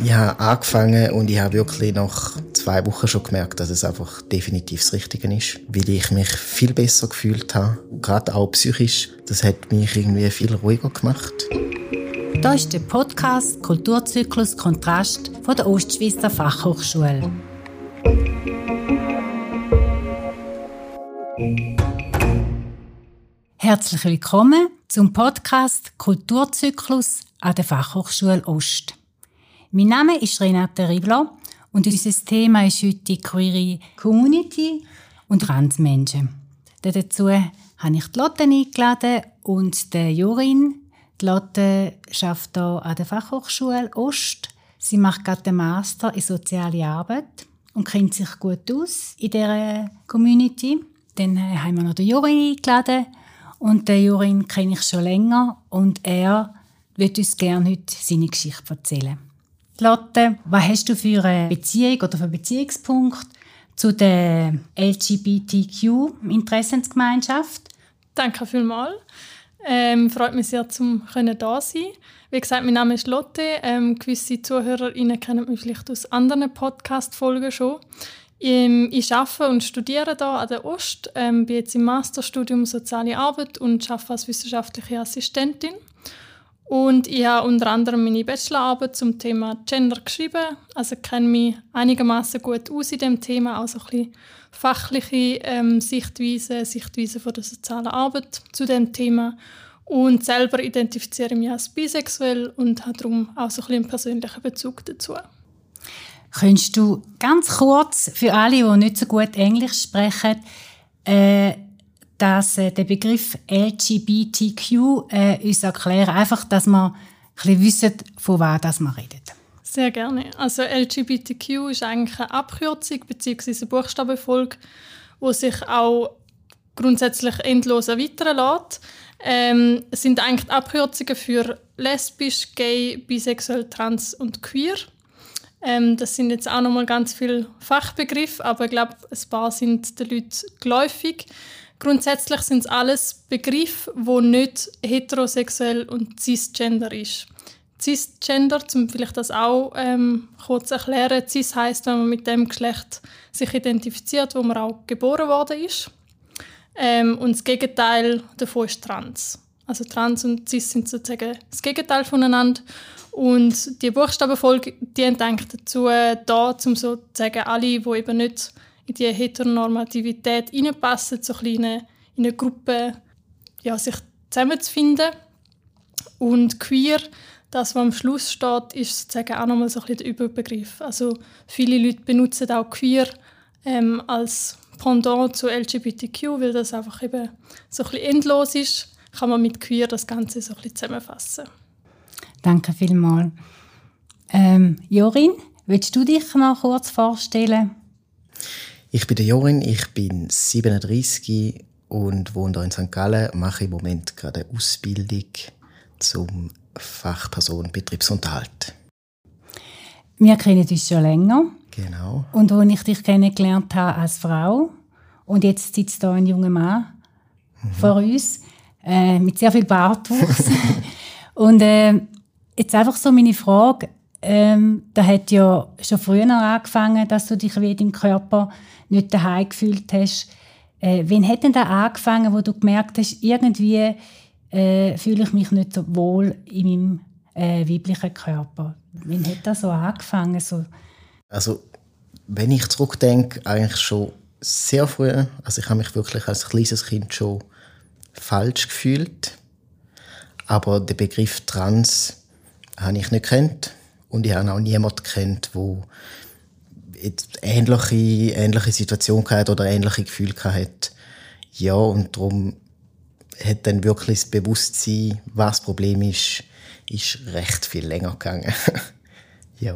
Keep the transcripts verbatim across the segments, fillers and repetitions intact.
Ich habe angefangen und ich habe wirklich nach zwei Wochen schon gemerkt, dass es einfach definitiv das Richtige ist, weil ich mich viel besser gefühlt habe, gerade auch psychisch. Das hat mich irgendwie viel ruhiger gemacht. Das ist der Podcast «Kulturzyklus Kontrast» von der Ostschweizer Fachhochschule. Herzlich willkommen zum Podcast «Kulturzyklus» an der Fachhochschule Ost. Mein Name ist Renate Ribler und unser Thema ist heute die queere Community und Transmenschen. Dazu habe ich die Lotte eingeladen und die Jorin. Die Lotte arbeitet hier an der Fachhochschule Ost. Sie macht gerade den Master in Soziale Arbeit und kennt sich gut aus in dieser Community. Dann haben wir noch den Jorin eingeladen. Und den Jorin kenne ich schon länger und er wird uns gerne heute seine Geschichte erzählen. Lotte, was hast du für eine Beziehung oder für einen Beziehungspunkt zu der L G B T Q-Interessensgemeinschaft? Danke vielmals. Ähm, freut mich sehr, zum hier da sein. Wie gesagt, mein Name ist Lotte. Ähm, gewisse ZuhörerInnen kennen mich vielleicht aus anderen Podcast-Folgen schon. Ähm, ich arbeite und studiere hier an der Ost. Ähm, bin jetzt im Masterstudium Soziale Arbeit und arbeite als wissenschaftliche Assistentin. Und ich habe unter anderem meine Bachelorarbeit zum Thema Gender geschrieben. Also kenne mich einigermaßen gut aus in diesem Thema, auch so ein bisschen fachliche ähm, Sichtweise, Sichtweise von der sozialen Arbeit zu diesem Thema. Und selber identifiziere ich mich als bisexuell und habe darum auch so ein bisschen einen persönlichen Bezug dazu. Könntest du ganz kurz für alle, die nicht so gut Englisch sprechen, äh, dass äh, der Begriff L G B T Q äh, uns erklären, einfach, dass wir ein bisschen wissen, von was wir reden. Sehr gerne. Also L G B T Q ist eigentlich eine Abkürzung bzw. eine Buchstabenfolge, die sich auch grundsätzlich endlos erweitern lässt. Ähm, es sind eigentlich Abkürzungen für lesbisch, gay, bisexuell, trans und queer. Ähm, das sind jetzt auch nochmal ganz viele Fachbegriffe, aber ich glaube, ein paar sind den Leuten geläufig. Grundsätzlich sind es alles Begriffe, die nicht heterosexuell und cisgender ist. Cisgender, um vielleicht das auch ähm, kurz erklären, cis heisst, wenn man mit dem Geschlecht sich identifiziert, wo man auch geboren worden ist. Ähm, und das Gegenteil davon ist trans. Also trans und cis sind sozusagen das Gegenteil voneinander. Und die Buchstabenfolge dient eigentlich dazu, da, um sozusagen alle, die eben nicht in die Heteronormativität hineinpassen, so kleine in einer Gruppe ja, sich zusammenzufinden. Und queer, das, was am Schluss steht, ist sozusagen auch nochmal so ein bisschen der Überbegriff. Also viele Leute benutzen auch queer ähm, als Pendant zu L G B T Q, weil das einfach eben so ein bisschen endlos ist, kann man mit queer das Ganze so ein bisschen zusammenfassen. Danke vielmals. Ähm, Jorin, willst du dich noch kurz vorstellen? Ich bin der Jorin, ich bin siebenunddreissig und wohne hier in Sankt Gallen, mache im Moment gerade eine Ausbildung zum Fachperson Betriebsunterhalt. Wir kennen uns schon länger. Genau. Und als ich dich kennengelernt habe als Frau, und jetzt sitzt hier ein junger Mann mhm. vor uns, äh, mit sehr viel Bartwuchs. und äh, jetzt einfach so meine Frage, ähm, da hat ja schon früher angefangen, dass du dich wie in deinem Körper nicht daheim gefühlt hast. Äh, wann hat denn das angefangen, wo du gemerkt hast, irgendwie äh, fühle ich mich nicht so wohl in meinem äh, weiblichen Körper? Wann hat das so angefangen? So? Also, wenn ich zurückdenke, eigentlich schon sehr früh. Also ich habe mich wirklich als kleines Kind schon falsch gefühlt. Aber den Begriff Trans habe ich nicht gekannt. Und ich habe auch niemanden gekannt, der ähnliche, ähnliche Situation hatte oder ähnliche Gefühle hatte. Ja, und darum hat dann wirklich das Bewusstsein, was das Problem ist, ist recht viel länger gegangen. Ja.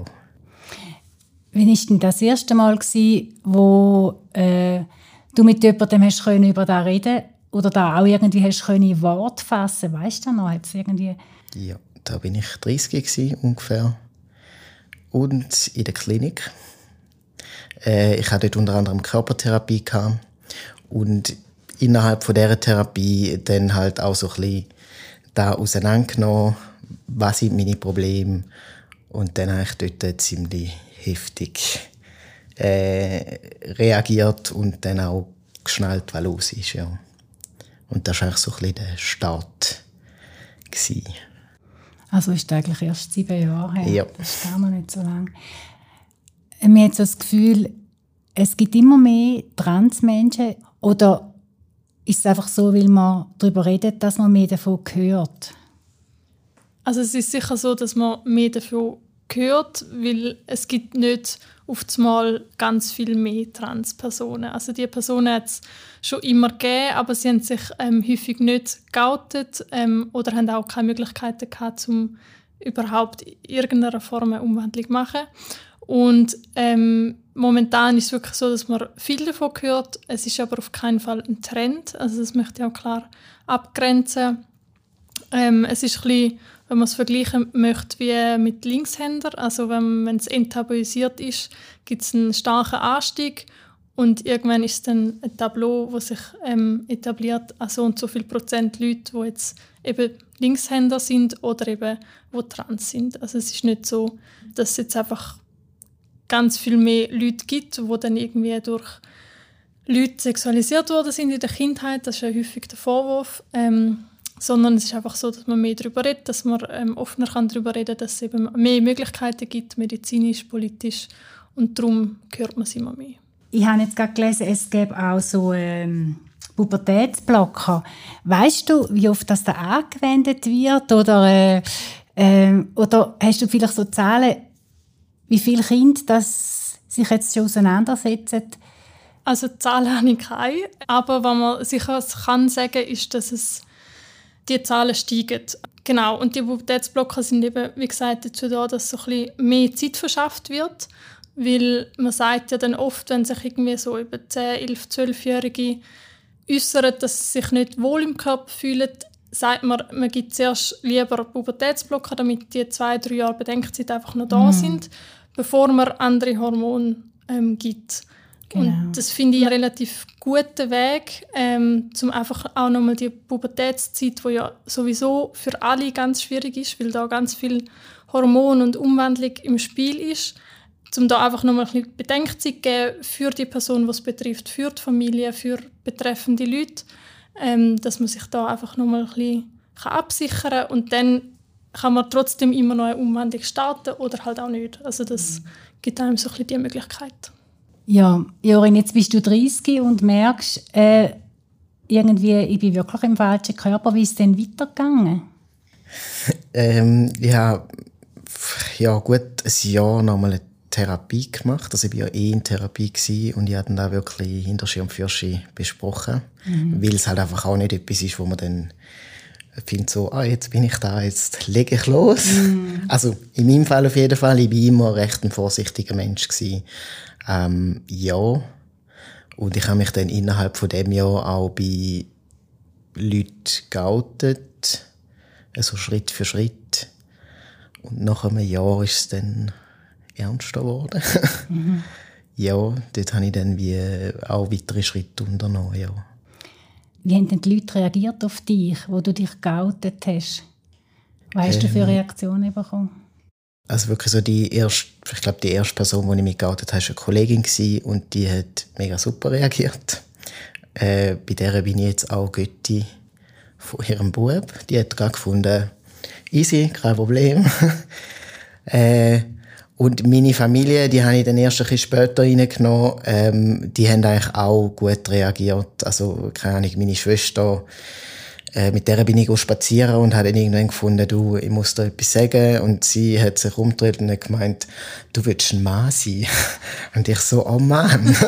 Wann war denn das erste Mal, wo äh, du mit jemandem hast können über das reden oder da auch irgendwie hast können in Wort fassen? Weißt du noch? Hat's irgendwie... Ja, da bin ich dreißig gewesen, ungefähr. Und in der Klinik. Äh, ich hatte dort unter anderem Körpertherapie gehabt. Und innerhalb von dieser Therapie dann halt auch so ein bisschen da auseinandergenommen, was sind meine Probleme Und dann habe ich dort ziemlich heftig äh, reagiert und dann auch geschnallt, was los ist. Ja. Und das war eigentlich so ein bisschen der Start gewesen. Also ist das eigentlich erst sieben Jahre her? Ja. Das ist gar noch nicht so lange. Wir haben das Gefühl, es gibt immer mehr Transmenschen. Oder ist es einfach so, weil man darüber redet, dass man mehr davon hört? Also es ist sicher so, dass man mehr davon hört, weil es gibt nicht auf einmal ganz viel mehr Transpersonen. Also die Personen hat es schon immer gegeben, aber sie haben sich ähm, häufig nicht geoutet ähm, oder haben auch keine Möglichkeiten gehabt, um überhaupt in irgendeiner Form eine Umwandlung zu machen. Und ähm, momentan ist es wirklich so, dass man viel davon hört. Es ist aber auf keinen Fall ein Trend. Also das möchte ich auch klar abgrenzen. Ähm, es ist ein bisschen, wenn man es vergleichen möchte wie mit Linkshändern, also wenn, wenn es enttabuisiert ist, gibt es einen starken Anstieg und irgendwann ist es dann ein Tableau, das sich ähm, etabliert an so und so viel Prozent Leute, die jetzt eben Linkshänder sind oder eben die trans sind. Also es ist nicht so, dass es jetzt einfach ganz viel mehr Leute gibt, die dann irgendwie durch Leute sexualisiert worden sind in der Kindheit. Das ist ja häufig der Vorwurf. Ähm, sondern es ist einfach so, dass man mehr darüber redet, dass man ähm, offener kann darüber reden, dass es eben mehr Möglichkeiten gibt, medizinisch, politisch, und darum hört man es immer mehr. Ich habe jetzt gerade gelesen, es gäbe auch so ähm, Pubertätsblocker. Weißt du, wie oft das da angewendet wird? Oder, äh, äh, oder hast du vielleicht so Zahlen, wie viele Kinder das sich jetzt schon auseinandersetzen? Also Zahlen habe ich keine, aber was man sicher kann sagen, ist, dass es die Zahlen steigen. Genau, und die Pubertätsblocker sind eben, wie gesagt, dazu da, dass so ein bisschen mehr Zeit verschafft wird. Weil man sagt ja dann oft, wenn sich irgendwie so über zehn, elf, zwölfjährige äußern, dass sie sich nicht wohl im Körper fühlen, sagt man, man gibt zuerst lieber Pubertätsblocker, damit die zwei, drei Jahre Bedenkzeit einfach noch da mhm. sind, bevor man andere Hormone ähm, gibt. Genau. Und das finde ich einen relativ guten Weg, ähm, um einfach auch nochmal die Pubertätszeit, die ja sowieso für alle ganz schwierig ist, weil da ganz viel Hormon und Umwandlung im Spiel ist, um da einfach nochmal ein bisschen Bedenkzeit zu geben für die Person, die es betrifft, für die Familie, für betreffende Leute, ähm, dass man sich da einfach nochmal ein bisschen absichern kann und dann kann man trotzdem immer noch eine Umwandlung starten oder halt auch nicht. Also das gibt einem so ein bisschen die Möglichkeit. Ja, Jorin, jetzt bist du dreißig und merkst, äh, irgendwie, ich bin wirklich im falschen Körper. Wie ist es denn weitergegangen? ähm, ja, ja, gut ein Jahr nochmal eine Therapie gemacht. Also ich war ja eh in Therapie gewesen und ich habe dann da wirklich hinter Schirm für Schirm besprochen, mhm. weil es halt einfach auch nicht etwas ist, wo man dann findet so, ah, jetzt bin ich da, jetzt lege ich los. Mhm. Also in meinem Fall auf jeden Fall, ich war immer recht ein vorsichtiger Mensch gewesen. Ähm, ja. Und ich habe mich dann innerhalb von dem Jahr auch bei Leuten geoutet. Also Schritt für Schritt. Und nach einem Jahr ist es dann ernster geworden. Mhm. Ja, dort habe ich dann wie auch weitere Schritte unternommen, ja. Wie haben denn die Leute reagiert auf dich, wo du dich geoutet hast? Was hast ähm, du für Reaktionen bekommen? Also wirklich so die erste, ich glaube, die erste Person, die ich mich geoutet habe, war eine Kollegin gewesen, und die hat mega super reagiert. Äh, bei der bin ich jetzt auch Götti von ihrem Bub. Die hat gerade gefunden, easy, kein Problem. äh, und meine Familie, die habe ich dann erst ein bisschen später reingenommen, ähm, die haben eigentlich auch gut reagiert. Also, keine Ahnung, meine Schwester, äh, mit der bin ich spazieren und habe dann irgendwann gefunden, du, ich muss dir etwas sagen. Und sie hat sich umgedreht und hat gemeint, du willst ein Mann sein. Und ich so, oh Mann.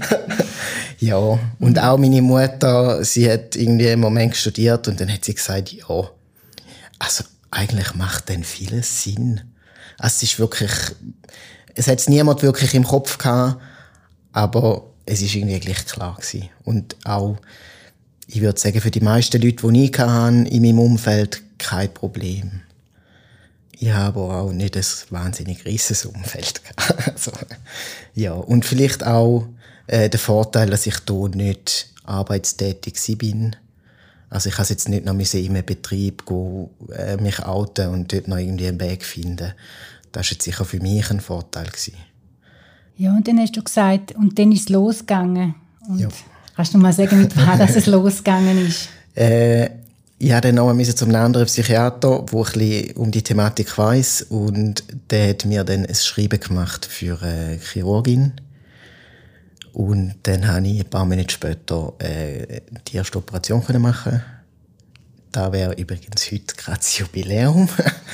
Ja, und auch meine Mutter, sie hat irgendwie einen Moment studiert und dann hat sie gesagt, ja, also eigentlich macht dann vieles Sinn. Also es ist wirklich, es hat es niemand wirklich im Kopf gehabt, aber es ist irgendwie gleich klar gewesen. Und auch, ich würde sagen, für die meisten Leute, die ich hatte, in meinem Umfeld, kein Problem. Ich habe aber auch nicht ein wahnsinnig riesiges Umfeld gehabt. Also, ja, und vielleicht auch äh, der Vorteil, dass ich hier nicht arbeitstätig bin. Also ich musste jetzt nicht noch in einem Betrieb gehen, äh, mich outen und dort noch irgendwie einen Weg finden. Das war jetzt sicher für mich ein Vorteil gewesen. Ja, und dann hast du gesagt, und dann ist es losgegangen. Und ja. Kannst du mal sagen, mit wem dass es losgegangen ist? Äh, ich musste dann nochmal zu einem anderen Psychiater, der ein bisschen um die Thematik weiss. Und der hat mir dann ein Schreiben gemacht für eine Chirurgin. Und dann konnte ich ein paar Monate später äh, die erste Operation machen. Da wäre übrigens heute gerade das Jubiläum.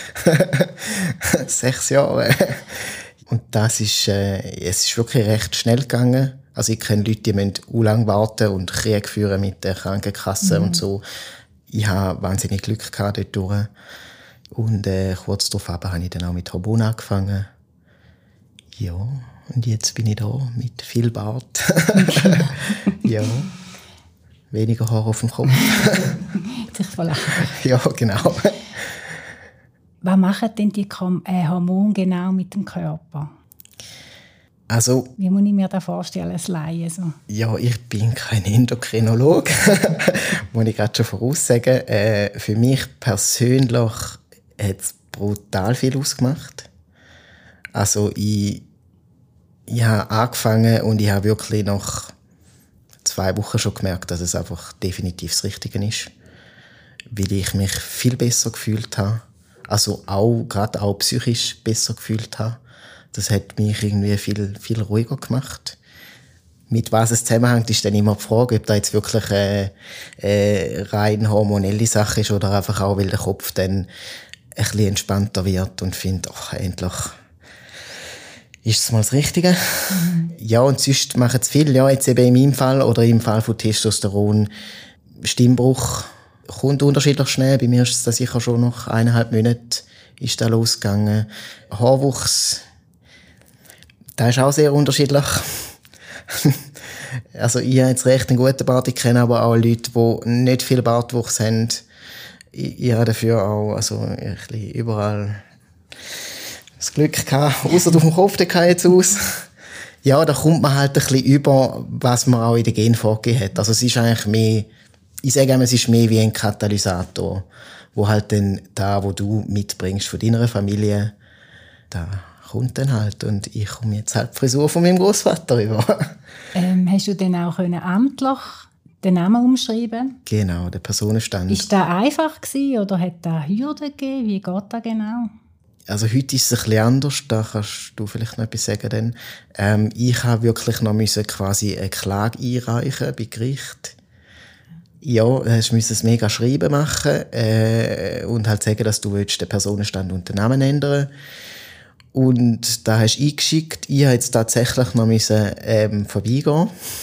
Sechs Jahre. Und das ist, äh, es ist wirklich recht schnell gegangen. Also ich kenne Leute, die müssen u lang warten und Krieg führen mit der Krankenkasse mhm. und so. Ich hatte wahnsinnig Glück gehabt dort durch. Und äh, kurz darauf habe ich dann auch mit Hormonen angefangen. Ja, und jetzt bin ich da mit viel Bart. Ja, weniger Haar auf dem Kopf. Sich verlachen. Ja, genau. Was machen denn die Hormone genau mit dem Körper? Also, wie muss ich mir das vorstellen, als Laie? So? Ja, ich bin kein Endokrinologe, muss ich gerade schon voraussagen. Äh, für mich persönlich hat es brutal viel ausgemacht. Also, ich, ich habe angefangen und ich habe wirklich nach zwei Wochen schon gemerkt, dass es einfach definitiv das Richtige ist. Weil ich mich viel besser gefühlt habe. Also auch, gerade auch psychisch besser gefühlt habe. Das hat mich irgendwie viel, viel ruhiger gemacht. Mit was es zusammenhängt, ist dann immer die Frage, ob da jetzt wirklich eine, eine rein hormonelle Sache ist oder einfach auch, weil der Kopf dann ein bisschen entspannter wird und findet, ach, endlich ist es mal das Richtige. Mhm. Ja, und sonst machen es viel. Ja, jetzt eben in meinem Fall oder im Fall von Testosteron, Stimmbruch kommt unterschiedlich schnell. Bei mir ist es da sicher schon nach eineinhalb Monaten ist da losgegangen. Haarwuchs, das ist auch sehr unterschiedlich. Also ich habe jetzt recht einen guten Bart, ich kenne aber auch Leute, die nicht viel Bartwuchs haben. Ich, ich habe dafür auch also ein bisschen überall das Glück gehabt, ausser auf dem Kopf, der kann jetzt aus. Ja, da kommt man halt ein bisschen über, was man auch in den Genen vorgegeben hat. Also es ist eigentlich mehr, ich sage immer, es ist mehr wie ein Katalysator, wo halt dann da, wo du mitbringst von deiner Familie, da kommt dann halt. Und ich komme jetzt halt die Frisur von meinem Großvater über. Ähm, hast du dann auch können amtlich den Namen umschreiben? Genau, der Personenstand. Ist das einfach gewesen, oder hat da Hürden gegeben? Wie geht das genau? Also heute ist es ein bisschen anders, da kannst du vielleicht noch etwas sagen. Denn, ähm, ich habe wirklich noch müssen quasi eine Klage einreichen bei Gericht. Ja, du musst ein mega Schreiben machen äh, und halt sagen, dass du willst, den Personenstand und den Namen ändern. Und da hast du eingeschickt. Ich musste jetzt tatsächlich noch müssen, ähm, vorbeigehen.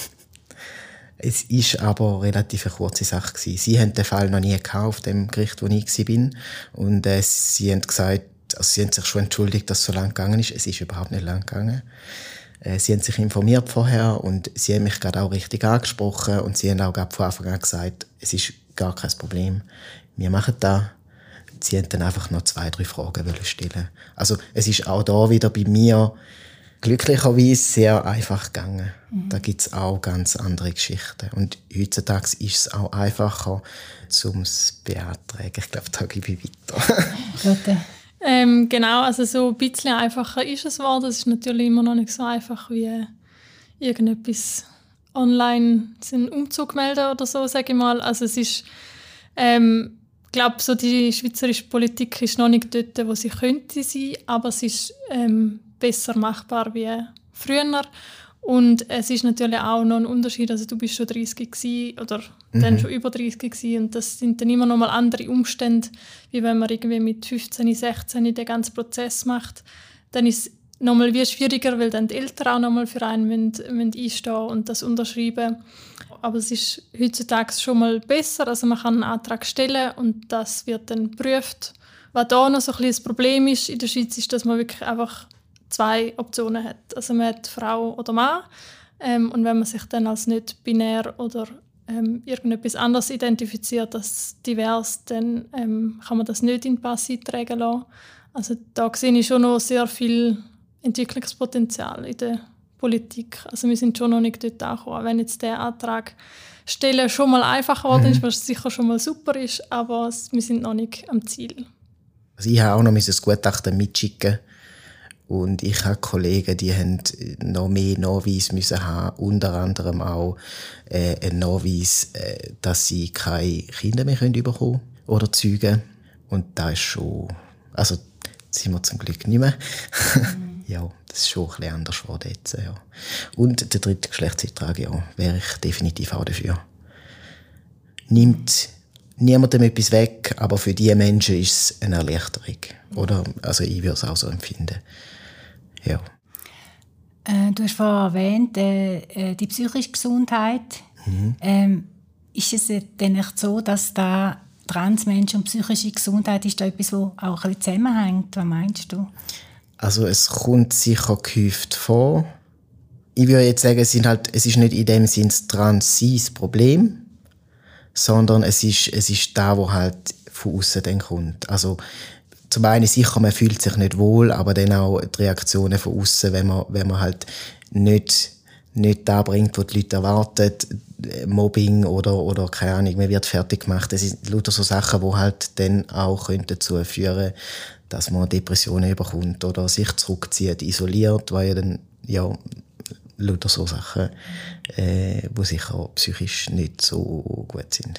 Es ist aber relativ eine kurze Sache gewesen. Sie haben den Fall noch nie gehabt auf dem Gericht, wo ich war. Und äh, sie haben gesagt, also sie haben sich schon entschuldigt, dass es so lang gegangen ist. Es ist überhaupt nicht lang gegangen. Äh, sie haben sich informiert vorher und sie haben mich gerade auch richtig angesprochen und sie haben auch gerade von Anfang an gesagt, es ist gar kein Problem. Wir machen das. Sie haben dann einfach noch zwei, drei Fragen stellen. Also es ist auch da wieder bei mir glücklicherweise sehr einfach gegangen. Mhm. Da gibt es auch ganz andere Geschichten. Und heutzutage ist es auch einfacher, um es zu beantragen. Ich glaube, da gebe ich weiter. ähm, genau, also so ein bisschen einfacher ist es geworden. Es ist natürlich immer noch nicht so einfach wie irgendetwas online einen Umzug melden oder so, sage ich mal. Also es ist, ähm, ich glaube, so die schweizerische Politik ist noch nicht dort, wo sie könnte sein, aber es ist ähm, besser machbar wie früher. Und es ist natürlich auch noch ein Unterschied, also du bist schon dreißig gewesen, oder mhm. dann schon über dreißig gewesen, und das sind dann immer noch mal andere Umstände, wie wenn man irgendwie mit fünfzehn, sechzehn den ganzen Prozess macht. Dann ist es noch mal wie schwieriger, weil dann die Eltern auch noch mal für einen müssen, müssen einstehen und das unterschreiben. Aber es ist heutzutage schon mal besser, also man kann einen Antrag stellen und das wird dann geprüft. Was da noch so ein bisschen das Problem ist in der Schweiz, ist, dass man wirklich einfach zwei Optionen hat. Also man hat Frau oder Mann. Ähm, und wenn man sich dann als nicht binär oder ähm, irgendetwas anderes identifiziert als divers, dann ähm, kann man das nicht in den Pass eintragen lassen. Also da sehe ich schon noch sehr viel Entwicklungspotenzial in der Politik. Also wir sind schon noch nicht dort angekommen. Wenn jetzt der Antrag stellen schon mal einfacher geworden mhm. ist, was sicher schon mal super ist, aber wir sind noch nicht am Ziel. Also ich habe auch noch ein Gutachten mitschicken Und ich habe Kollegen, die haben noch mehr Nachweis müssen haben, unter anderem auch äh, einen Nachweis, äh, dass sie keine Kinder mehr können bekommen oder zeugen. Und da ist schon, also sind wir zum Glück nicht mehr. Mhm. Ja, das ist schon ein bisschen anders geworden jetzt, ja. Und der dritte Geschlechtseintrag, ja, wäre ich definitiv auch dafür. Nimmt niemandem etwas weg, aber für diese Menschen ist es eine Erleichterung. Oder? Also ich würde es auch so empfinden. Ja. Äh, du hast vorhin erwähnt, äh, die psychische Gesundheit. Mhm. Ähm, ist es denn echt so, dass da Transmenschen und psychische Gesundheit ist da etwas, das auch ein bisschen zusammenhängt? Was meinst du? Also es kommt sicher gehäuft vor. Ich würde jetzt sagen, es, sind halt, es ist nicht in dem Sinne das Trans-Sein das Problem, sondern es ist, es ist da, wo halt von außen dann kommt. Also zum einen sicher, man fühlt sich nicht wohl, aber dann auch die Reaktionen von außen, wenn man, wenn man halt nicht, nicht da bringt, was die Leute erwarten, Mobbing oder, oder keine Ahnung, man wird fertig gemacht. Das sind lauter so Sachen, die halt dann auch dazu führen, dass man Depressionen bekommt oder sich zurückzieht, isoliert, weil ja dann, ja, lauter so Sachen, äh, die sicher psychisch nicht so gut sind.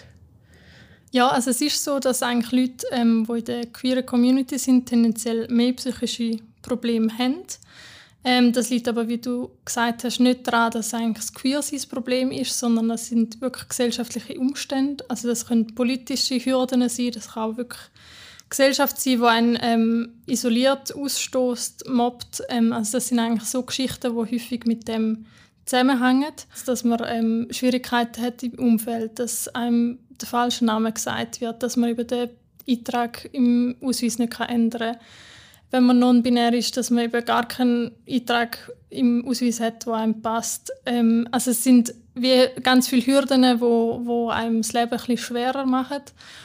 Ja, also es ist so, dass eigentlich Leute, ähm, die in der queeren Community sind, tendenziell mehr psychische Probleme haben. Ähm, das liegt aber, wie du gesagt hast, nicht daran, dass eigentlich das Queersein das Problem ist, sondern das sind wirklich gesellschaftliche Umstände. Also das können politische Hürden sein, das kann auch wirklich Gesellschaft sein, die einen ähm, isoliert, ausstößt, mobbt. Ähm, also das sind eigentlich so Geschichten, die häufig mit dem zusammenhängen, dass man ähm, Schwierigkeiten hat im Umfeld, dass einem der falsche Name gesagt wird, dass man über den Eintrag im Ausweis nicht ändern kann. Wenn man non-binär ist, dass man eben gar keinen Eintrag im Ausweis hat, der einem passt. Ähm, also es sind wie ganz viele Hürden, die wo, wo einem das Leben ein bisschen schwerer machen,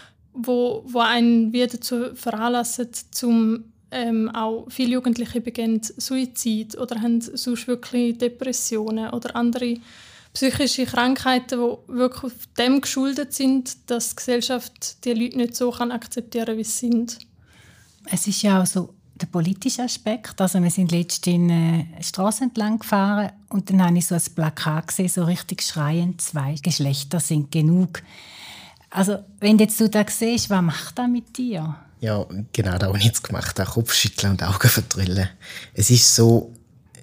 wo, wo einen wieder dazu veranlassen, zum ähm, auch viele Jugendliche begehen Suizid oder haben sonst wirklich Depressionen oder andere psychische Krankheiten, die wirklich auf dem geschuldet sind, dass die Gesellschaft die Leute nicht so kann akzeptieren kann, wie sie sind. Es ist ja auch so der politische Aspekt. Also wir sind letztens in eine Strasse entlang gefahren und dann habe ich so ein Plakat gesehen, so richtig schreiend, zwei Geschlechter sind genug. Also wenn jetzt du das siehst, was macht das mit dir? Ja, genau das habe ich jetzt gemacht, auch Kopfschütteln und Augen verdrüllen. Es ist so,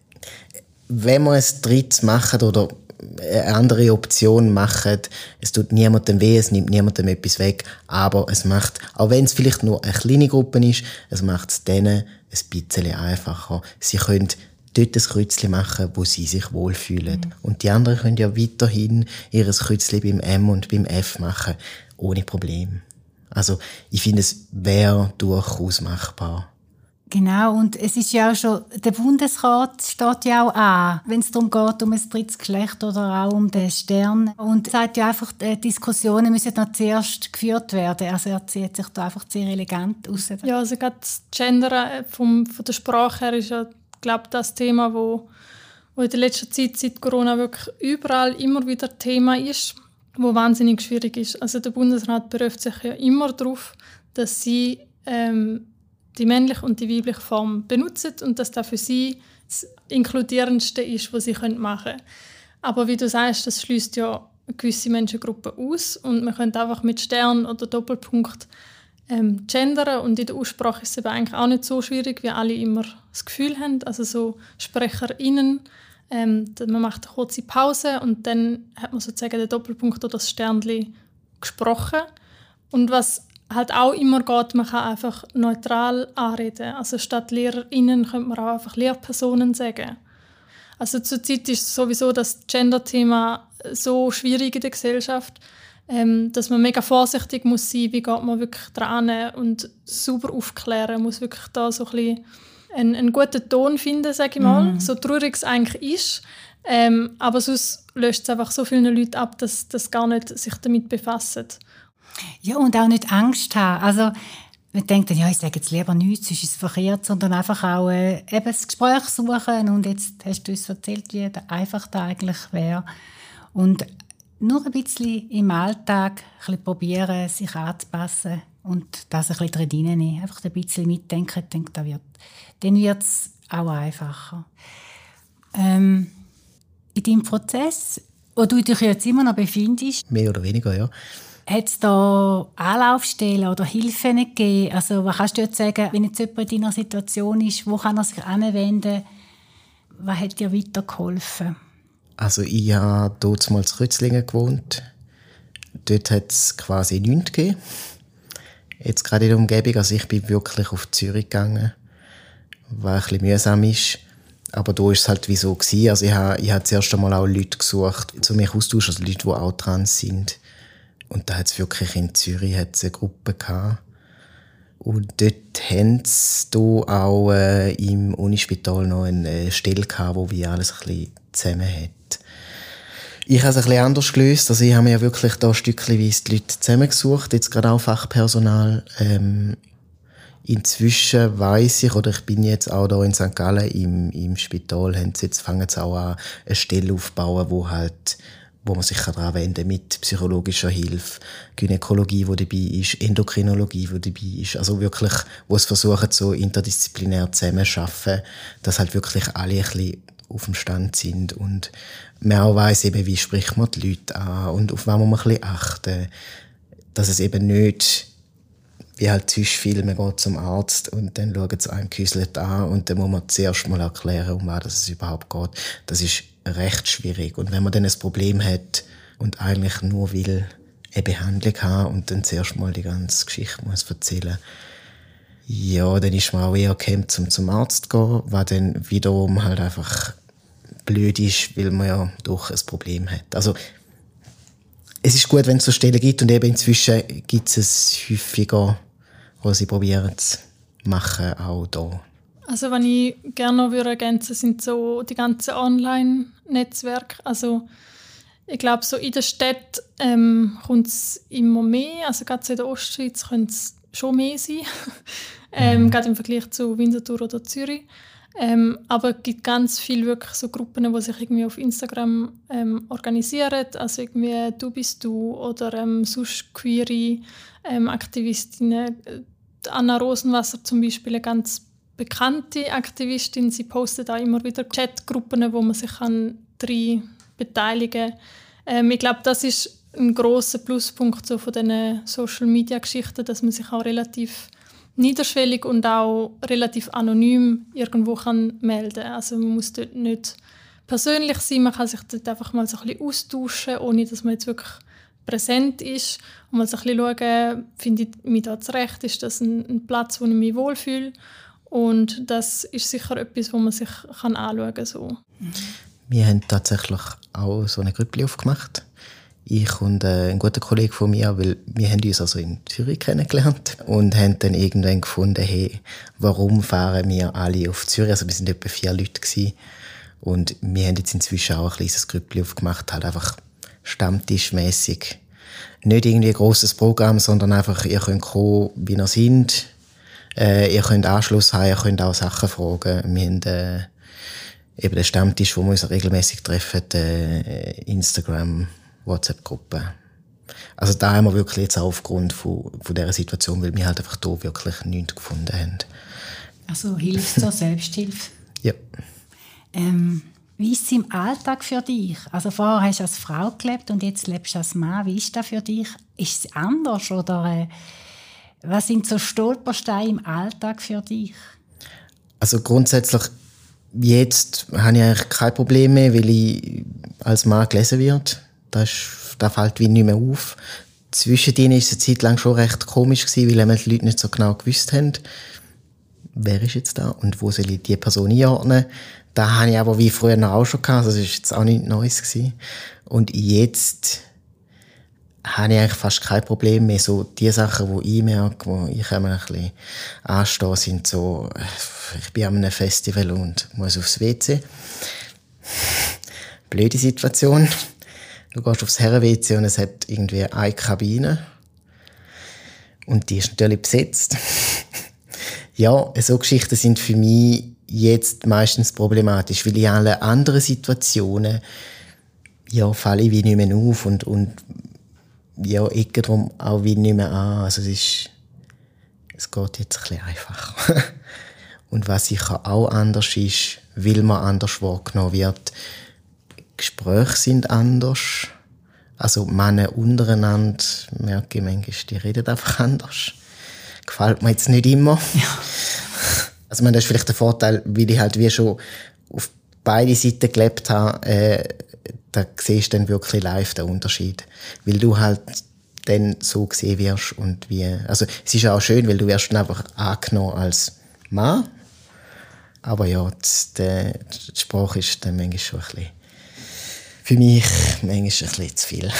wenn man es drittes macht oder eine andere Option machen, es tut niemandem weh, es nimmt niemandem etwas weg, aber es macht, auch wenn es vielleicht nur eine kleine Gruppe ist, es macht es denen ein bisschen einfacher. Sie können dort ein Kreuzchen machen, wo sie sich wohlfühlen. Mhm. Und die anderen können ja weiterhin ihr Kreuzchen beim M und beim F machen, ohne Problem. Also ich finde, es wäre durchaus machbar. Genau, und es ist ja auch schon, der Bundesrat steht ja auch an, wenn es darum geht, um ein drittes Geschlecht oder auch um den Stern. Und er sagt ja einfach, die Diskussionen müssen noch zuerst geführt werden. Also er zieht sich da einfach sehr elegant aus. Ja, also gerade das Gender vom, von der Sprache her ist ja, glaube ich, das Thema, wo, wo in der letzten Zeit, seit Corona, wirklich überall immer wieder Thema ist, wo wahnsinnig schwierig ist. Also der Bundesrat beruft sich ja immer darauf, dass sie ähm, die männliche und die weibliche Form benutzen und dass das für sie das Inkludierendste ist, was sie machen können. Aber wie du sagst, das schließt ja gewisse Menschengruppen aus und man könnte einfach mit Stern oder Doppelpunkt ähm, gendern und in der Aussprache ist es eben eigentlich auch nicht so schwierig, wie alle immer das Gefühl haben. Also so SprecherInnen, ähm, man macht eine kurze Pause und dann hat man sozusagen den Doppelpunkt oder das Sternchen gesprochen. Und was halt auch immer geht, man kann einfach neutral anreden. Also statt LehrerInnen könnte man auch einfach Lehrpersonen sagen. Also zurzeit ist es sowieso das Gender-Thema so schwierig in der Gesellschaft, ähm, dass man mega vorsichtig muss sein, wie geht man wirklich dran und sauber aufklären, muss wirklich da so ein bisschen einen, einen guten Ton finden, sage ich mal, mm. so traurig es eigentlich ist. Ähm, aber sonst löst es einfach so viele Leute ab, dass das gar nicht sich damit befassen. Ja, und auch nicht Angst haben. Also, man denkt dann, ja, ich sage jetzt lieber nichts, sonst ist es verkehrt, sondern einfach auch äh, eben das Gespräch suchen. Und jetzt hast du uns erzählt, wie einfach das eigentlich wäre. Und nur ein bisschen im Alltag ein bisschen probieren, sich anzupassen und das ein bisschen drin reinnehmen. Einfach ein bisschen mitdenken, denke, das wird, dann wird es auch einfacher. Ähm, in deinem Prozess, wo du dich jetzt immer noch befindest, mehr oder weniger, ja. Hat es da Anlaufstellen oder Hilfen gegeben? Also, was kannst du jetzt sagen, wenn jetzt jemand in deiner Situation ist, wo kann er sich anwenden? Was hat dir weitergeholfen? Also ich habe dort mal in Rützlingen gewohnt. Dort hat es quasi nichts gegeben. Jetzt gerade in der Umgebung, also ich bin wirklich auf Zürich gegangen, was ein bisschen mühsam ist. Aber da war es halt wie so gewesen. Also ich habe, ich habe zuerst einmal auch Leute gesucht, zu mich austauschen, also Leute, die auch trans sind. Und da hat es wirklich in Zürich hat's eine Gruppe gehabt. Und dort haben sie auch äh, im Unispital noch eine Stelle gehabt, wo wie alles ein bisschen zusammen hat. Ich habe es ein bisschen anders gelöst. Also ich habe mir ja wirklich da stückchenweise die Leute zusammengesucht. Jetzt gerade auch Fachpersonal. Ähm, inzwischen weiss ich, oder ich bin jetzt auch da in Sankt Gallen im, im Spital, haben sie jetzt, fangen sie auch an, eine Stelle aufzubauen, wo halt wo man sich daran wenden kann mit psychologischer Hilfe, Gynäkologie, die dabei ist, Endokrinologie, die dabei ist. Also wirklich, wo es versuchen, so interdisziplinär zusammenzuarbeiten, dass halt wirklich alle ein bisschen auf dem Stand sind und man auch weiss, eben, wie spricht man die Leute an und auf was muss man ein bisschen achten, dass es eben nicht wie halt sonst viel, man geht zum Arzt und dann schauen sie einen gehäuselt an und dann muss man zuerst mal erklären, um was es überhaupt geht. Das ist recht schwierig. Und wenn man dann ein Problem hat und eigentlich nur will eine Behandlung haben und dann zuerst mal die ganze Geschichte muss erzählen, ja, dann ist man auch eher gehemmt, zum zum Arzt zu gehen, was dann wiederum halt einfach blöd ist, weil man ja doch ein Problem hat. Also es ist gut, wenn es so Stellen gibt und eben inzwischen gibt es häufiger, wo sie probieren zu machen, auch da. Also was ich gerne noch ergänzen würde, sind so die ganzen Online-Netzwerke. Also ich glaube, so in der Stadt ähm, kommt es immer mehr. Also gerade so in der Ostschweiz könnte es schon mehr sein. ähm, mhm. Gerade im Vergleich zu Winterthur oder Zürich. Ähm, aber es gibt ganz viele wirklich so Gruppen, die sich irgendwie auf Instagram ähm, organisieren. Also irgendwie «Du bist du» oder ähm, sonst queere ähm, Aktivistinnen. Anna Rosenwasser zum Beispiel, eine ganz bekannte Aktivistin. Sie postet auch immer wieder Chatgruppen, wo man sich daran beteiligen kann. Ähm, ich glaube, das ist ein grosser Pluspunkt so von diesen Social-Media-Geschichten, dass man sich auch relativ niederschwellig und auch relativ anonym irgendwo kann melden kann. Also man muss dort nicht persönlich sein, man kann sich dort einfach mal so ein bisschen austauschen, ohne dass man jetzt wirklich präsent ist. Und mal so ein bisschen schauen, finde ich mich da zurecht, ist das ein, ein Platz, wo ich mich wohlfühle. Und das ist sicher etwas, wo man sich kann anschauen kann. So. Wir haben tatsächlich auch so eine Gruppe aufgemacht. Ich und äh, ein guter Kollege von mir, weil wir haben uns also in Zürich kennengelernt und haben dann irgendwann gefunden, hey, warum fahren wir alle auf Zürich? Also wir sind etwa vier Leute gewesen. Und wir haben jetzt inzwischen auch ein kleines Gruppe aufgemacht, halt einfach stammtischmässig. Nicht irgendwie ein grosses Programm, sondern einfach, ihr könnt kommen, wie ihr seid. Äh, ihr könnt Anschluss haben, ihr könnt auch Sachen fragen. Wir haben äh, eben den Stammtisch, wo wir uns regelmäßig treffen, äh, Instagram, WhatsApp-Gruppe. Also da haben wir wirklich jetzt auch aufgrund von, von dieser Situation, weil wir halt einfach hier wirklich nichts gefunden haben. Also Hilfe zur Selbsthilfe? Ja. Ähm, wie ist es im Alltag für dich? Also vorher hast du als Frau gelebt und jetzt lebst du als Mann. Wie ist das für dich? Ist es anders oder äh, was sind so Stolpersteine im Alltag für dich? Also grundsätzlich, jetzt habe ich eigentlich kein Problem mehr, weil ich als Mann gelesen werde. Das, ist, das fällt wie nicht mehr auf. Zwischendrin war es eine Zeit lang schon recht komisch gewesen, weil die Leute nicht so genau gewusst haben, wer ist jetzt da und wo soll ich diese Person einordnen. Das habe ich aber wie früher auch schon gehabt, also das war jetzt auch nichts Neues gewesen. Und jetzt habe ich eigentlich fast kein Problem mehr. So die Sachen, die ich merke, wo ich immer ein bisschen anstehe, sind so, ich bin an einem Festival und muss aufs W C. Blöde Situation. Du gehst aufs Herren-W C und es hat irgendwie eine Kabine. Und die ist natürlich besetzt. Ja, so Geschichten sind für mich jetzt meistens problematisch, weil in allen anderen Situationen ja, falle ich wie nicht mehr auf und, und ja, ecke darum auch wie nicht mehr an. Also es ist, es geht jetzt ein bisschen einfacher. Und was sicher auch anders ist, weil man anders wahrgenommen wird, Gespräche sind anders. Also Männer untereinander, merke ich manchmal, die reden einfach anders. Gefällt mir jetzt nicht immer. Ja. Also man, das ist vielleicht der Vorteil, weil ich halt wie schon auf beide Seiten gelebt habe, äh, da siehst du dann wirklich live den Unterschied. Weil du halt dann so gesehen wirst und wie, also es ist auch schön, weil du wirst dann einfach angenommen als Mann. Aber ja, das, der, die Sprache ist dann manchmal schon ein bisschen, für mich manchmal ein bisschen zu viel.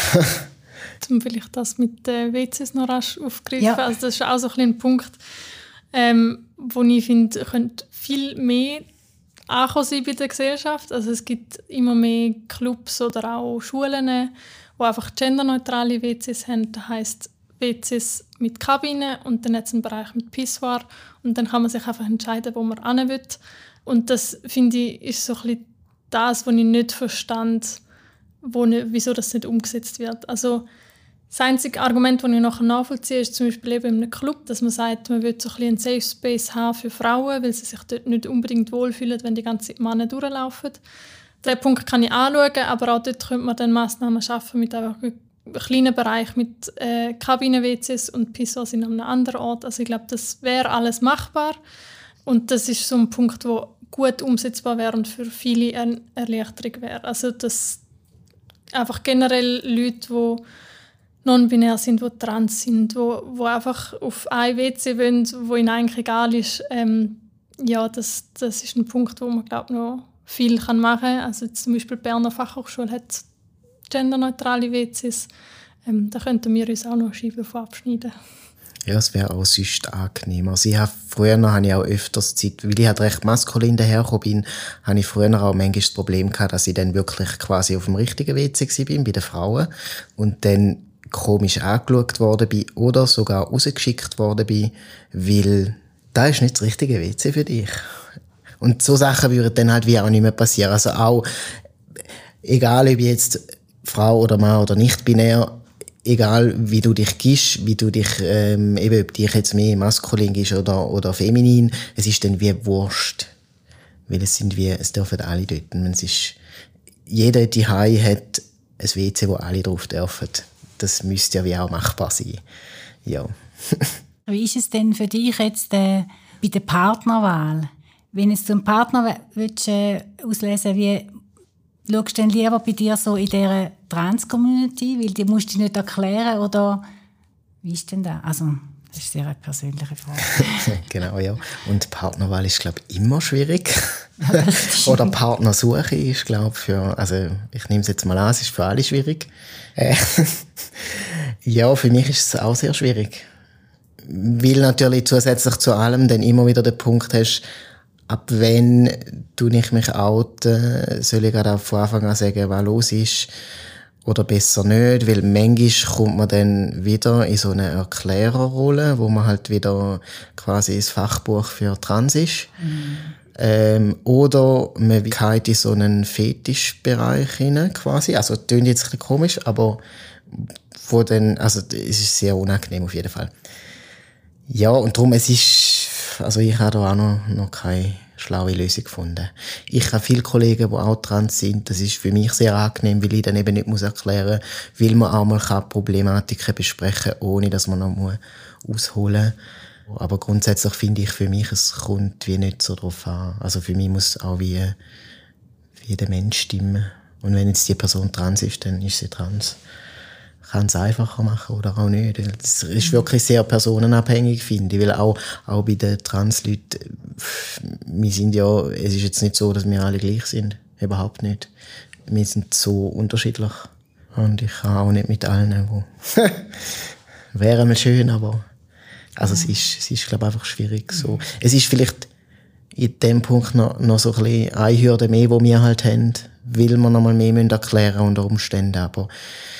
Um vielleicht das mit den W Cs noch rasch aufgreifen. Ja. Also das ist auch so ein, ein Punkt, ähm, wo ich finde, könnte viel mehr ankommen sein bei der Gesellschaft. Also es gibt immer mehr Clubs oder auch Schulen, die einfach genderneutrale W Cs haben. Das heisst W Cs mit Kabine und dann hat es einen Bereich mit Pissoir und dann kann man sich einfach entscheiden, wo man hin will. Und das, finde ich, ist so ein bisschen das, was ich nicht verstand, wo nicht, wieso das nicht umgesetzt wird. Also das einzige Argument, das ich nachher nachvollziehe, ist zum Beispiel eben in einem Club, dass man sagt, man will so ein bisschen einen Safe Space haben für Frauen, weil sie sich dort nicht unbedingt wohlfühlen, wenn die ganze Zeit Männer durchlaufen. Diesen Punkt kann ich anschauen, aber auch dort könnte man dann Massnahmen schaffen mit einfach einem kleinen Bereich mit äh, Kabinen-W Cs und Pissoirs in einem anderen Ort. Also ich glaube, das wäre alles machbar. Und das ist so ein Punkt, der gut umsetzbar wäre und für viele eine Erleichterung wäre. Also dass einfach generell Leute, die non-binär sind, die trans sind, die, die einfach auf ein W C wollen, wo ihnen eigentlich egal ist, ähm, ja, das, das ist ein Punkt, wo man, glaube ich, noch viel machen kann. Also zum Beispiel die Berner Fachhochschule hat genderneutrale W Cs. Ähm, da könnten wir uns auch noch Scheiben von abschneiden. Ja, es wäre auch sonst angenehmer. Also ich habe, früher habe ich auch öfters Zeit, weil ich halt recht maskulin dahergekommen bin, habe ich früher auch manchmal das Problem gehabt, dass ich dann wirklich quasi auf dem richtigen W C war, bei den Frauen, und dann komisch angeschaut worden bin oder sogar rausgeschickt worden bin, weil da ist nicht das richtige W C für dich. Und so Sachen würden dann halt wie auch nicht mehr passieren. Also auch, egal ob jetzt Frau oder Mann oder nicht binär, egal wie du dich gibst, wie du dich, ähm, eben ob dich jetzt mehr maskulin gibst oder, oder feminin, es ist dann wie Wurst. Weil es sind wie, es dürfen alle dort. Es ist, jeder daheim hat ein W C, wo alle drauf dürfen. Das müsste ja wie auch machbar sein. Ja. Wie ist es denn für dich jetzt äh, bei der Partnerwahl? Wenn du einen Partner willst, äh, auslesen wie schaust du denn lieber bei dir so in dieser Trans-Community, weil die musst du nicht erklären, oder wie ist denn das? Also, das ist eine sehr persönliche Frage. Genau, ja. Und Partnerwahl ist, glaube ich, immer schwierig. Oder Partnersuche ist, glaube ich, für, also ich nehme es jetzt mal an, es ist für alle schwierig. Äh, ja, für mich ist es auch sehr schwierig. Weil natürlich zusätzlich zu allem dann immer wieder den Punkt hast, ab wenn du nicht mich outen, soll ich gerade von Anfang an sagen, was los ist, oder besser nicht, weil manchmal kommt man dann wieder in so eine Erklärerrolle, wo man halt wieder quasi ins Fachbuch für Trans ist. Mhm. Ähm, oder man geht in so einen Fetischbereich hinein, quasi. Also, das klingt jetzt ein bisschen komisch, aber von den, also, es ist sehr unangenehm auf jeden Fall. Ja, und darum, es ist, also ich habe da auch noch, noch keine schlaue Lösung gefunden. Ich habe viele Kollegen, die auch trans sind. Das ist für mich sehr angenehm, weil ich dann eben nicht muss erklären muss, weil man auch mal Problematiken besprechen kann, ohne dass man noch muss ausholen muss. Aber grundsätzlich finde ich für mich, es kommt wie nicht so drauf an. Also für mich muss auch wie, wie der Mensch stimmen. Und wenn jetzt die Person trans ist, dann ist sie trans. Kann es einfacher machen oder auch nicht. Das ist wirklich sehr personenabhängig, finde ich. Weil auch, auch bei den Trans-Leuten, wir sind ja, es ist jetzt nicht so, dass wir alle gleich sind. Überhaupt nicht. Wir sind so unterschiedlich. Und ich kann auch nicht mit allen, wo wäre mal schön, aber also es ist, es ist, glaube ich, einfach schwierig. So. Es ist vielleicht in dem Punkt noch, noch so ein bisschen eine Hürde mehr, die wir halt haben, weil wir noch mal mehr erklären müssen unter Umständen. Aber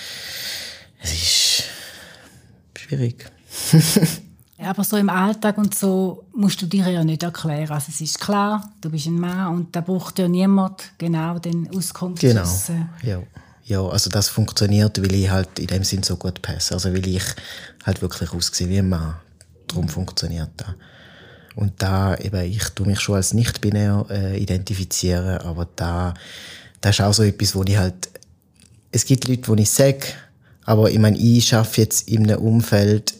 es ist schwierig. Ja, aber so im Alltag und so musst du dir ja nicht erklären. Also es ist klar, du bist ein Mann und da braucht ja niemand genau den Auskunft. Genau, ja. Ja, also das funktioniert, weil ich halt in dem Sinn so gut passe. Also weil ich halt wirklich aussehe wie ein Mann. Darum funktioniert das. Und da, eben, ich tue mich schon als nicht-binär äh, identifizieren, aber da, das ist auch so etwas, wo ich halt, es gibt Leute, die ich sage, aber ich meine, ich arbeite jetzt in einem Umfeld,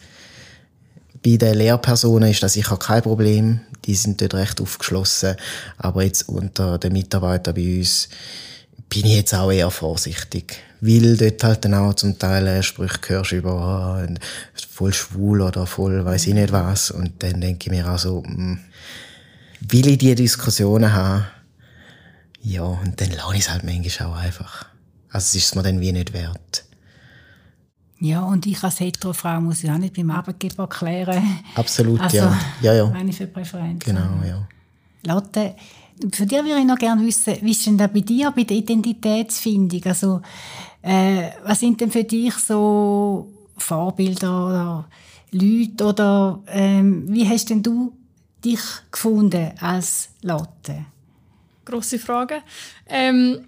bei den Lehrpersonen ist das sicher kein Problem, die sind dort recht aufgeschlossen, aber jetzt unter den Mitarbeitern bei uns bin ich jetzt auch eher vorsichtig, weil dort halt dann auch zum Teil Sprüche hörst über oh, voll schwul oder voll weiss ich nicht was, und dann denke ich mir auch so, mh, will ich diese Diskussionen haben? Ja, und dann lasse ich es halt manchmal auch einfach. Also es ist es mir dann wie nicht wert. Ja, und ich als Hetero-Frau muss ja auch nicht beim Arbeitgeber erklären. Absolut, also, ja. ja, ja. Meine für Präferenzen. Genau, ja. Lotte, von dir würde ich noch gerne wissen, wie ist denn das bei dir, bei der Identitätsfindung? Also, äh, was sind denn für dich so Vorbilder oder Leute? Oder ähm, wie hast denn du dich gefunden als Lotte? Grosse Frage. Ähm,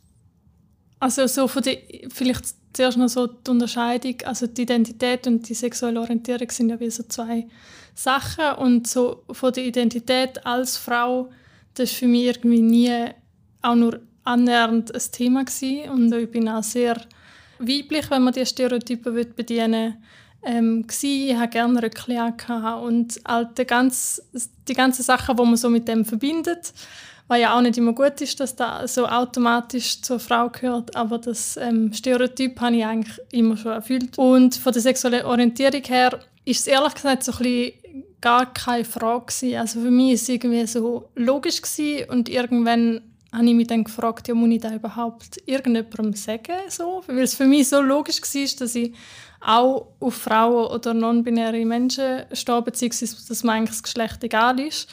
also so von der, vielleicht zuerst noch so die Unterscheidung, also die Identität und die sexuelle Orientierung sind ja wie so zwei Sachen, und so von der Identität als Frau, das war für mich irgendwie nie auch nur annähernd ein Thema gewesen. Und ich bin auch sehr weiblich, wenn man die Stereotypen bedienen will. Ähm, ich hatte gerne Röckchen und all die, ganz, die ganzen Sachen, die man so mit dem verbindet, was ja auch nicht immer gut ist, dass das so automatisch zur Frau gehört, aber das ähm, Stereotyp habe ich eigentlich immer schon erfüllt. Und von der sexuellen Orientierung her ist es ehrlich gesagt so ein bisschen gar keine Frage gewesen. Also für mich war es irgendwie so logisch gewesen, und irgendwann habe ich mich dann gefragt, ja, muss ich das überhaupt irgendjemandem sagen? So? Weil es für mich so logisch war, dass ich auch auf Frauen oder non-binäre Menschen stehe, beziehungsweise dass mir eigentlich das Geschlecht egal ist.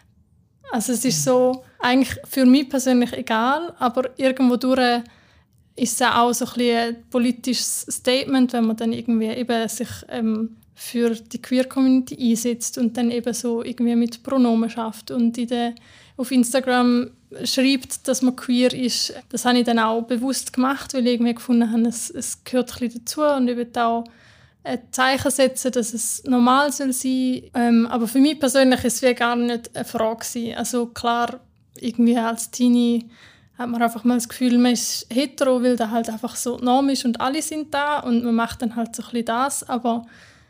Also es ist so eigentlich für mich persönlich egal, aber irgendwo durch ist es auch so ein, bisschen ein politisches Statement, wenn man dann irgendwie eben sich ähm, für die Queer-Community einsetzt und dann eben so irgendwie mit Pronomen schafft und in der, auf Instagram schreibt, dass man queer ist. Das habe ich dann auch bewusst gemacht, weil ich irgendwie gefunden habe, es, es gehört ein bisschen dazu, und ich will auch ein Zeichen setzen, dass es normal soll sein. Ähm, aber für mich persönlich ist es wie gar nicht eine Frage gewesen. Also klar, irgendwie als Teenie hat man einfach mal das Gefühl, man ist hetero, weil da halt einfach so die Norm ist und alle sind da und man macht dann halt so ein bisschen das. Aber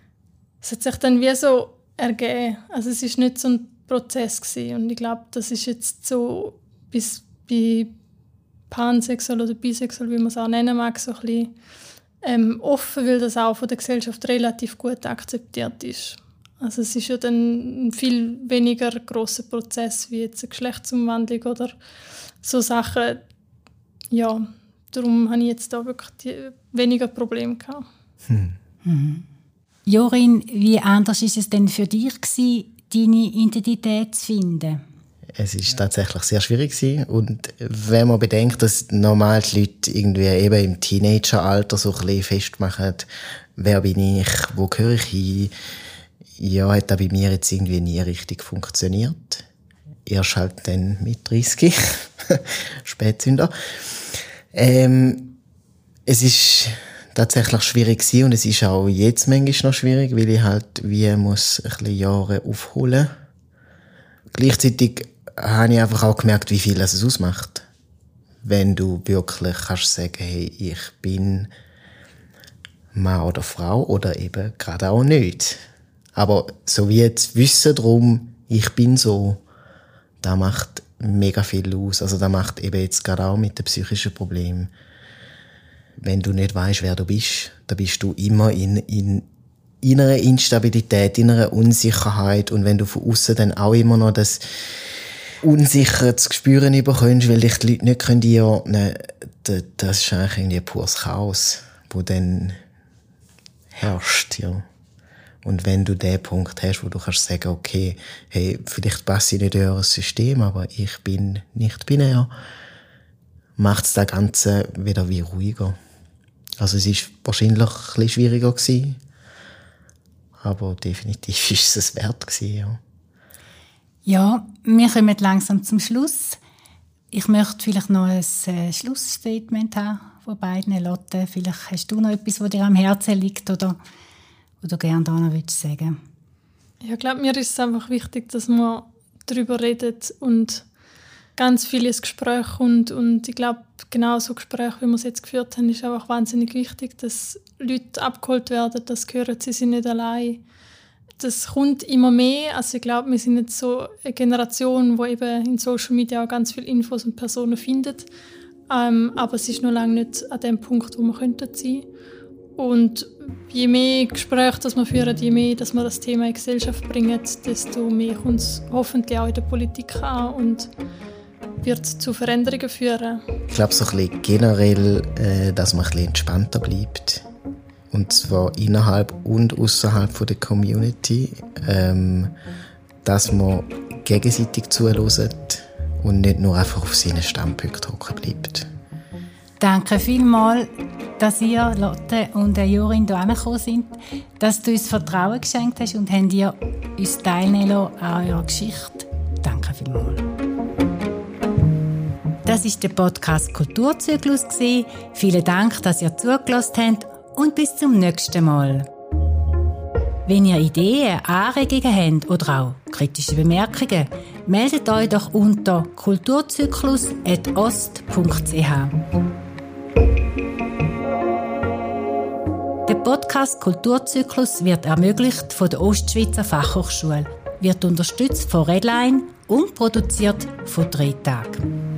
es hat sich dann wie so ergeben. Also es ist nicht so ein Prozess gewesen. Und ich glaube, das ist jetzt so bis bei pansexuell oder bisexuell, wie man es auch nennen mag, so ein bisschen Ähm, offen, weil das auch von der Gesellschaft relativ gut akzeptiert ist. Also es ist ja dann ein viel weniger grosser Prozess wie jetzt eine Geschlechtsumwandlung oder so Sachen. Ja, darum habe ich jetzt da wirklich die, weniger Probleme gehabt. Hm. Mhm. Jorin, wie anders ist es denn für dich gewesen, deine Identität zu finden? Es ist tatsächlich sehr schwierig gewesen. Und wenn man bedenkt, dass normal die Leute irgendwie eben im Teenageralter so ein bisschen festmachen, wer bin ich, wo gehöre ich hin, ja, hat das bei mir jetzt irgendwie nie richtig funktioniert. Erst halt dann mit dreißig, Spätzünder. Ähm, es ist tatsächlich schwierig gewesen, und es ist auch jetzt manchmal noch schwierig, weil ich halt wie muss ein bisschen Jahre aufholen. Gleichzeitig habe ich einfach auch gemerkt, wie viel es ausmacht. Wenn du wirklich kannst sagen, hey, ich bin Mann oder Frau oder eben gerade auch nicht. Aber so wie jetzt Wissen darum, ich bin so, das macht mega viel aus. Also das macht eben jetzt gerade auch mit den psychischen Problemen. Wenn du nicht weißt, wer du bist, dann bist du immer in, in, in einer Instabilität, in einer Unsicherheit. Und wenn du von außen dann auch immer noch das unsicher zu spüren bekommst, weil dich die Leute nicht einordnen können, das ist eigentlich irgendwie ein pures Chaos, wo dann herrscht, ja. Und wenn du den Punkt hast, wo du kannst sagen, okay, hey, vielleicht passe ich nicht in euer System, aber ich bin nicht binär, macht es das Ganze wieder wie ruhiger. Also es ist wahrscheinlich ein bisschen schwieriger gewesen, aber definitiv ist es wert gewesen, ja. Ja, wir kommen langsam zum Schluss. Ich möchte vielleicht noch ein äh, Schlussstatement haben von beiden. Lotte, vielleicht hast du noch etwas, das dir am Herzen liegt oder, oder gerne da noch sagen. Ja, ich glaube, mir ist es einfach wichtig, dass man darüber redet und ganz viel ins Gespräch kommt. Und ich glaube, genau so Gespräche, wie wir es jetzt geführt haben, ist einfach wahnsinnig wichtig, dass Leute abgeholt werden, dass sie hören, sie sind nicht allein. Das kommt immer mehr. Also ich glaube, wir sind jetzt so eine Generation, die eben in Social Media auch ganz viele Infos und Personen findet. Ähm, aber es ist noch lange nicht an dem Punkt, wo wir könnten sein. Und je mehr Gespräche das wir führen, je mehr dass wir das Thema in die Gesellschaft bringen, desto mehr kommt es hoffentlich auch in der Politik an und wird zu Veränderungen führen. Ich glaube so ein bisschen generell, äh, dass man ein bisschen entspannter bleibt. Und zwar innerhalb und außerhalb der Community. Ähm, dass man gegenseitig zuhört und nicht nur einfach auf seinen Standpunkten hocken bleibt. Danke vielmals, dass ihr, Lotte und Jorin, hier hergekommen sind, dass du uns Vertrauen geschenkt hast und habt ihr uns teilnehmen lassen an eurer Geschichte. Danke vielmals. Das war der Podcast Kulturzyklus. Vielen Dank, dass ihr zugelassen habt und bis zum nächsten Mal. Wenn ihr Ideen, Anregungen habt oder auch kritische Bemerkungen, meldet euch doch unter kulturzyklus at ost punkt c h. Der Podcast Kulturzyklus wird ermöglicht von der Ostschweizer Fachhochschule, wird unterstützt von Redline und produziert von drei Tagen.